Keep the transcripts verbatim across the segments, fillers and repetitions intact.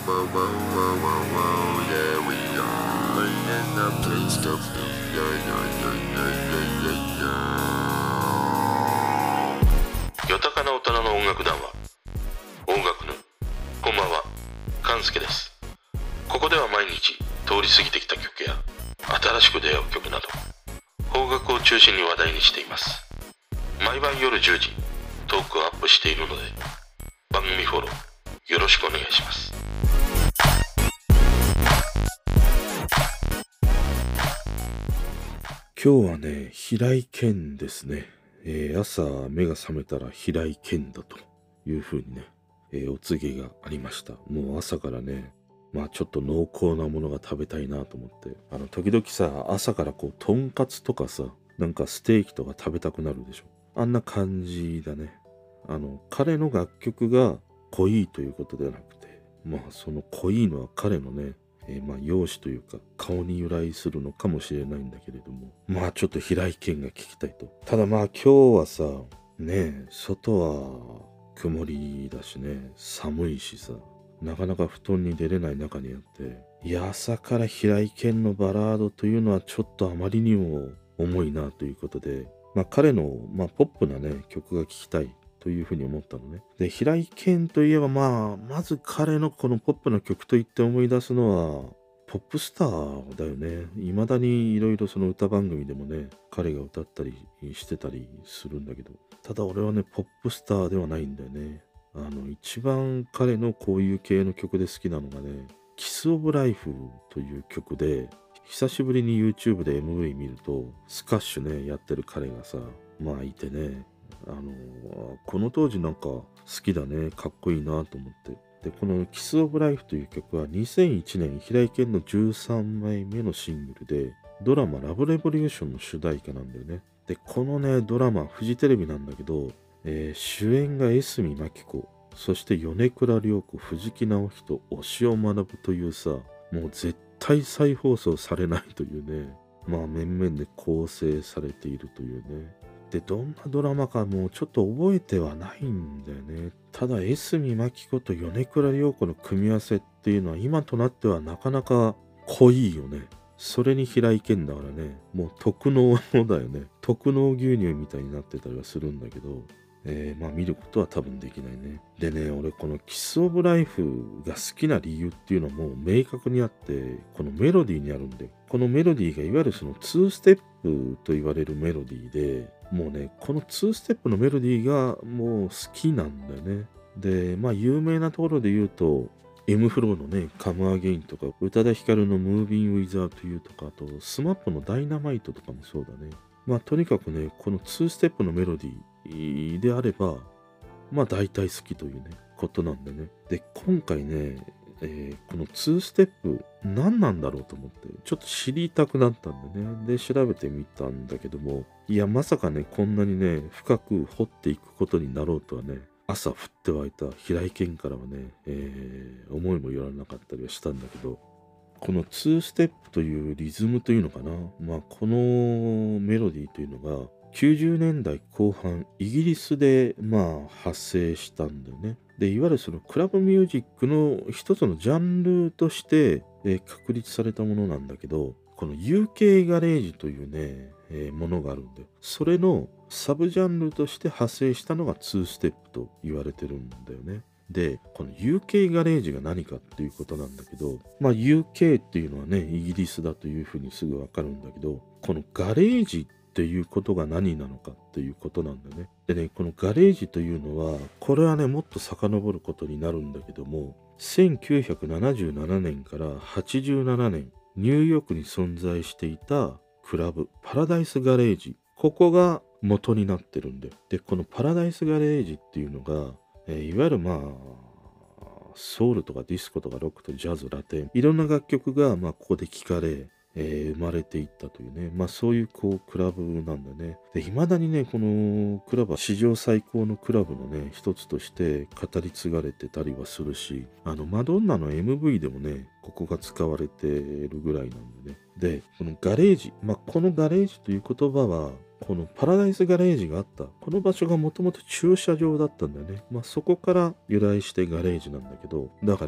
whoa, whoa, whoa, whoa, whoa, yeah, we are in the place to be. Yeah, yeah, yeah, yeah, yeah, yeah. 豊かな大人の音楽談話、音楽のこんばんは、勘介です。ここでは毎日通り過ぎてきた曲や新しく出会う曲など邦楽を中心に話題にしています。毎晩夜じゅうじトークをアップしているので番組フォローよろしくお願いします。 今日はね、平井堅ですね。えー、朝目が覚めたら平井堅だというふうにね、えー、お告げがありました。もう朝からね、まあちょっと濃厚なものが食べたいなと思って、あの時々さ、朝からこうとんかつとかさ、なんかステーキとか食べたくなるでしょ。あんな感じだね。あの彼の楽曲が濃いということではなくて、まあその濃いのは彼のね、えー、まあ容姿というか顔に由来するのかもしれないんだけれども、まあちょっと平井堅が聞きたいと。ただまあ今日はさ、ねえ、外は曇りだしね、寒いしさ、なかなか布団に出れない中にあって、いや朝から平井堅のバラードというのはちょっとあまりにも重いなということで、まあ彼の、まあ、ポップなね曲が聴きたいというふうに思ったのね。で、平井堅といえばまあまず彼のこのポップな曲といって思い出すのはポップスターだよね。未だにいろいろその歌番組でもね彼が歌ったりしてたりするんだけど、ただ俺はねポップスターではないんだよね。あの一番彼のこういう系の曲で好きなのがね、キスオブライフという曲で、久しぶりに YouTube で エムブイ 見るとスカッシュねやってる彼がさ、まあいてね、あのこの当時なんか好きだね、かっこいいなと思って。でこのキスオブライフという曲はにせんいちねん平井堅のじゅうさんまいめのシングルで、ドラマラブレボリューションの主題歌なんだよね。でこのねドラマフジテレビなんだけど、えー、主演が江角真紀子、そして米倉涼子、藤木直人、押尾学というさ、もう絶対再放送されないというね、まあ面々で構成されているというね。でどんなドラマかもうちょっと覚えてはないんだよね。ただ江角真紀子と米倉涼子の組み合わせっていうのは今となってはなかなか濃いよね。それに平井堅だからね、もう特納のだよね。特納牛乳みたいになってたりはするんだけど、えー、まあ見ることは多分できないね。でね、俺このキスオブライフが好きな理由っていうのはもう明確にあって、このメロディーにあるんで、このメロディーがいわゆるそのツーステップと言われるメロディーで、もうねこのツーステップのメロディーがもう好きなんだよね。でまあ有名なところで言うと M フローのねカムアゲインとか、宇多田ヒカルのムービングウィザーというとか、あとスマップのダイナマイトとかもそうだね。まあとにかくねこのツーステップのメロディーであればまあ大体好きというねことなんだね。で今回ね、えー、このツーステップ何なんだろうと思ってちょっと知りたくなったんだね。で調べてみたんだけども、いやまさかねこんなにね深く掘っていくことになろうとはね、朝降って湧いた平井堅からはね、えー、思いもよらなかったりはしたんだけど、このツーステップというリズムというのかな、まあこのメロディーというのがきゅうじゅうねんだいこう半イギリスでまあ発生したんだよね。でいわゆるそのクラブミュージックの一つのジャンルとして、えー、確立されたものなんだけど、この ユーケー ガレージというね、えー、ものがあるんだよ。それのサブジャンルとして派生したのがツーステップと言われてるんだよね。でこの ユーケー ガレージが何かっていうことなんだけど、まあ ユーケー っていうのはねイギリスだというふうにすぐわかるんだけど、このガレージっていうことが何なのかっていうことなんだね。でねこのガレージというのはこれはねもっと遡ることになるんだけども、せんきゅうひゃくななじゅうななねんからはちじゅうななねんニューヨークに存在していたクラブパラダイスガレージ、ここが元になってるんで、でこのパラダイスガレージっていうのが、えー、いわゆるまあソウルとかディスコとかロックとジャズラテンいろんな楽曲がまあここで聴かれ、えー、生まれていったというね、まあそういうこうクラブなんだね。で未だにねこのクラブは史上最高のクラブのね一つとして語り継がれてたりはするし、あのマドンナの エムブイ でもねここが使われているぐらいなんでね。でこのガレージ、まあこのガレージという言葉はこのパラダイスガレージがあったこの場所がもともと駐車場だったんだよね。まあそこから由来してガレージなんだけど、だから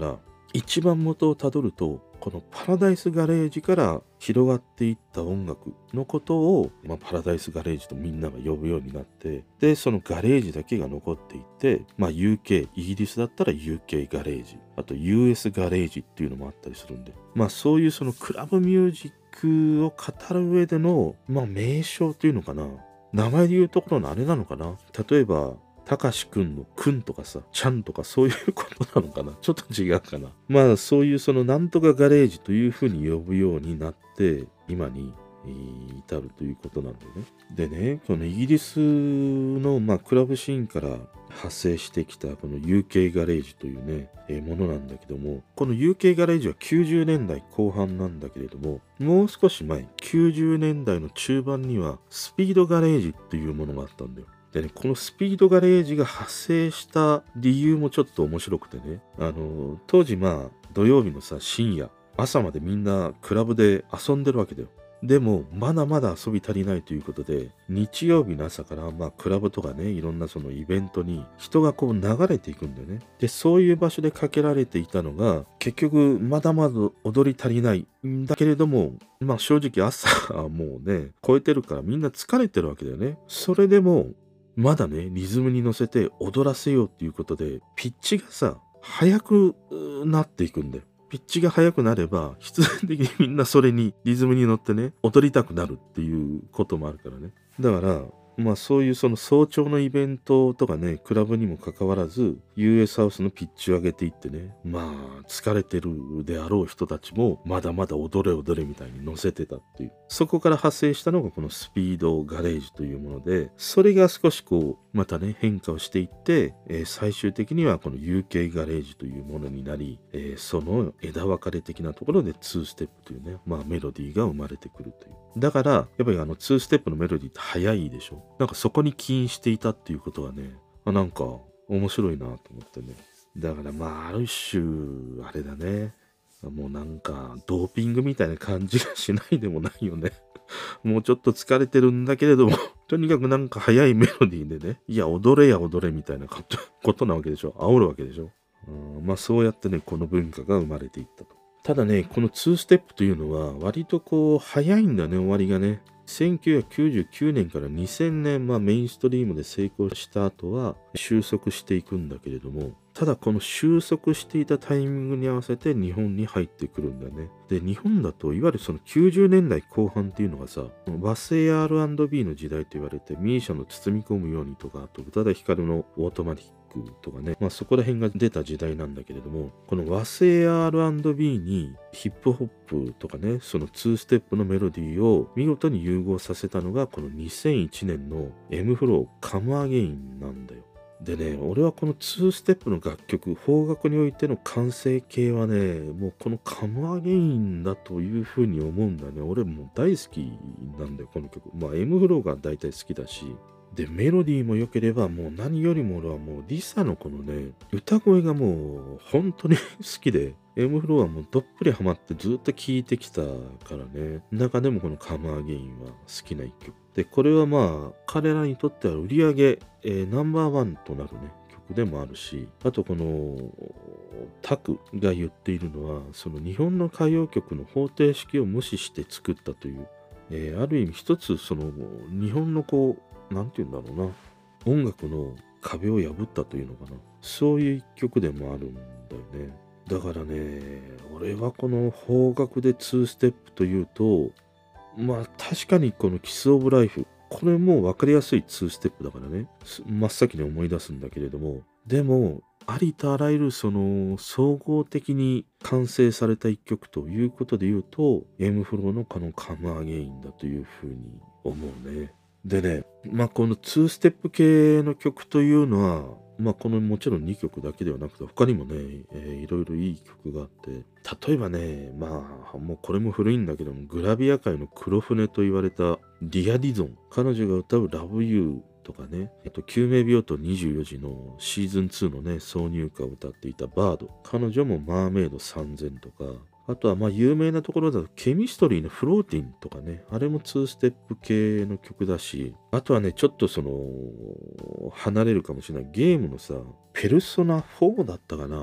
一番元をたどると、このパラダイスガレージから広がっていった音楽のことを、まあ、パラダイスガレージとみんなが呼ぶようになって、で、そのガレージだけが残っていて、まあ ユーケー、イギリスだったら ユーケー ガレージ、あと ユーエス ガレージっていうのもあったりするんで、まあそういうそのクラブミュージックを語る上での、まあ名称っていうのかな。名前で言うところのあれなのかな。例えば、たかしくんのくんとかさ、ちゃんとかそういうことなのかな。ちょっと違うかな。まあそういうそのなんとかガレージというふうに呼ぶようになって、今に至るということなんだよね。でね、このイギリスのまあクラブシーンから発生してきたこの ユーケー ガレージというね、えー、ものなんだけども、この ユーケー ガレージはきゅうじゅうねんだいこう半なんだけれども、もう少し前、きゅうじゅうねんだいの中盤にはスピードガレージっていうものがあったんだよ。でね、このスピードガレージが発生した理由もちょっと面白くてね、あの当時まあ土曜日のさ深夜朝までみんなクラブで遊んでるわけだよ。でもまだまだ遊び足りないということで、日曜日の朝からまあクラブとかね、いろんなそのイベントに人がこう流れていくんだよね。でそういう場所でかけられていたのが、結局まだまだ踊り足りないんだけれども、まあ正直朝はもうね超えてるからみんな疲れてるわけだよね。それでもまだね、リズムに乗せて踊らせようっていうことで、ピッチがさ、速くなっていくんだよ。ピッチが速くなれば、必然的にみんなそれにリズムに乗ってね、踊りたくなるっていうこともあるからね。だから、まあそういうその早朝のイベントとかね、クラブにもかかわらず、ユーエス ハウスのピッチを上げていってね、まあ疲れてるであろう人たちも、まだまだ踊れ踊れみたいに乗せてたっていう。そこから発生したのがこのスピードガレージというもので、それが少しこう、またね、変化をしていって、えー、最終的にはこの ユーケー ガレージというものになり、えー、その枝分かれ的なところでツーステップというね、まあメロディーが生まれてくるという。だから、やっぱりあのツーステップのメロディーって速いでしょ。なんかそこに起因していたっていうことがね、あなんか面白いなと思ってね。だからまあある種、あれだね。もうなんかドーピングみたいな感じがしないでもないよね。もうちょっと疲れてるんだけれども、とにかくなんか速いメロディーでね、いや踊れや踊れみたいなこと、ことなわけでしょ。煽るわけでしょ。うんまあそうやってね、この文化が生まれていったと。ただね、このツーステップというのは割とこう早いんだね、終わりがね。せんきゅうひゃくきゅうじゅうきゅうねんからにせんねん、まあメインストリームで成功した後は収束していくんだけれども、ただこの収束していたタイミングに合わせて日本に入ってくるんだね。で、日本だといわゆるそのきゅうじゅうねんだいこう半っていうのがさ、和製 アールアンドビー の時代と言われて、ミーシャの包み込むようにとか、あと宇多田ヒカルのオートマティックとかね、まあそこら辺が出た時代なんだけれども、この和製 アールアンドビー にヒップホップとかね、そのツーステップのメロディーを見事に融合させたのがこのにせんいちねんの M フローカムアゲインなんだよ。でね、俺はこのツーステップの楽曲、邦楽においての完成形はね、もうこのカムアゲインだというふうに思うんだね。俺もう大好きなんだよ、この曲。まあ M フローが大体好きだし、で、メロディーも良ければ、もう何よりも俺はもうリサのこのね、歌声がもう本当に好きで、M フローはもうどっぷりハマってずっと聴いてきたからね。中でもこのカムアゲインは好きな一曲。で、これはまあ、彼らにとっては売り上げ、えー、ナンバーワンとなるね、曲でもあるし、あとこの、タクが言っているのは、その日本の歌謡曲の方程式を無視して作ったという、えー、ある意味一つその日本のこう、なんて言うんだろうな、音楽の壁を破ったというのかな。そういう一曲でもあるんだよね。だからね、俺はこの邦楽でツーステップというと、まあ確かにこのキスオブライフ、これも分かりやすいツーステップだからね、真っ先に思い出すんだけれども、でも、ありとあらゆるその総合的に完成された一曲ということで言うと、M フローのこのカムアゲインだというふうに思うね。でね、まあこのツーステップ系の曲というのは、まあこのもちろんにきょくだけではなくて他にもね、えー、いろいろいい曲があって、例えばね、まあもうこれも古いんだけども、グラビア界の黒船と言われたリア・ディゾン、彼女が歌うラブユーとかね、あと救命病棟にじゅうよじのシーズンツーのね、挿入歌を歌っていたバード、彼女もマーメイドさんぜんとか、あとはまあ有名なところだとケミストリーのフローティンとかね、あれもツーステップ系の曲だし、あとはね、ちょっとその離れるかもしれないゲームのさ、ペルソナフォーだったかな、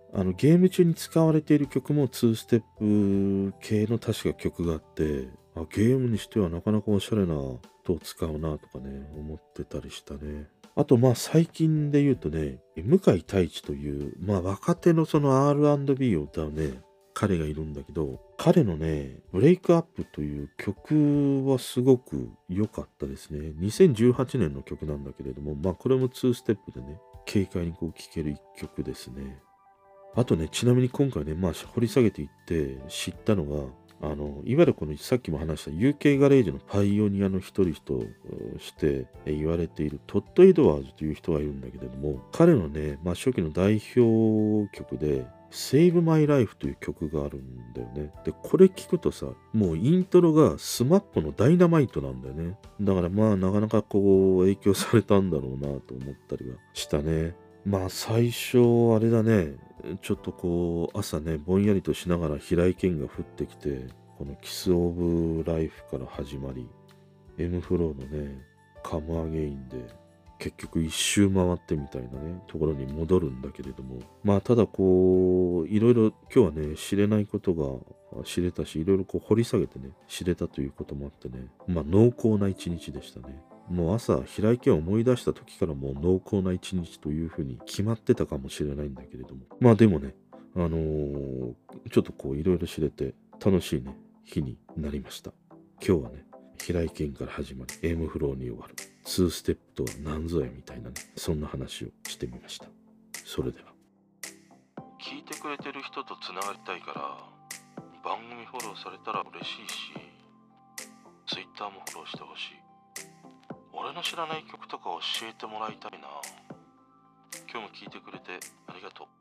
あのゲーム中に使われている曲もツーステップ系の確か曲があって、あ、ゲームにしてはなかなかおしゃれな音を使うなとかね、思ってたりしたね。あとまあ最近で言うとね、向井太一という、まあ若手のその アールアンドビー を歌うね、彼がいるんだけど、彼のね、ブレイクアップという曲はすごく良かったですね。にせんじゅうはちねんの曲なんだけれども、まあこれもツーステップでね、軽快にこう聴ける一曲ですね。あとね、ちなみに今回ね、まあ掘り下げていって知ったのが、あの、いわゆるこのさっきも話した ユーケー ガレージのパイオニアの一人として言われているトッド・エドワーズという人がいるんだけれども、彼のね、まあ初期の代表曲で、Save My Life という曲があるんだよね。で、これ聞くとさ、もうイントロがスマップのダイナマイトなんだよね。だからまあなかなかこう影響されたんだろうなと思ったりはしたね。まあ最初あれだね、ちょっとこう朝ねぼんやりとしながら平井堅が降ってきて、このキス・オブ・ライフから始まり M フローのねカムアゲインで結局一周回ってみたいなねところに戻るんだけれども、まあただこういろいろ今日はね知れないことが知れたし、いろいろこう掘り下げてね知れたということもあってね、まあ濃厚な一日でしたね。もう朝平井堅を思い出した時からもう濃厚な一日というふうに決まってたかもしれないんだけれども、まあでもねあのー、ちょっとこういろいろ知れて楽しいね日になりました。今日はね平井堅から始まり M フローに終わるツーステップとは何ぞやみたいなね、そんな話をしてみました。それでは。 聞いてくれてる人とつながりたいから番組フォローされたら嬉しいし、 Twitter もフォローしてほしい。俺の知らない曲とか教えてもらいたいな。今日も聞いてくれてありがとう。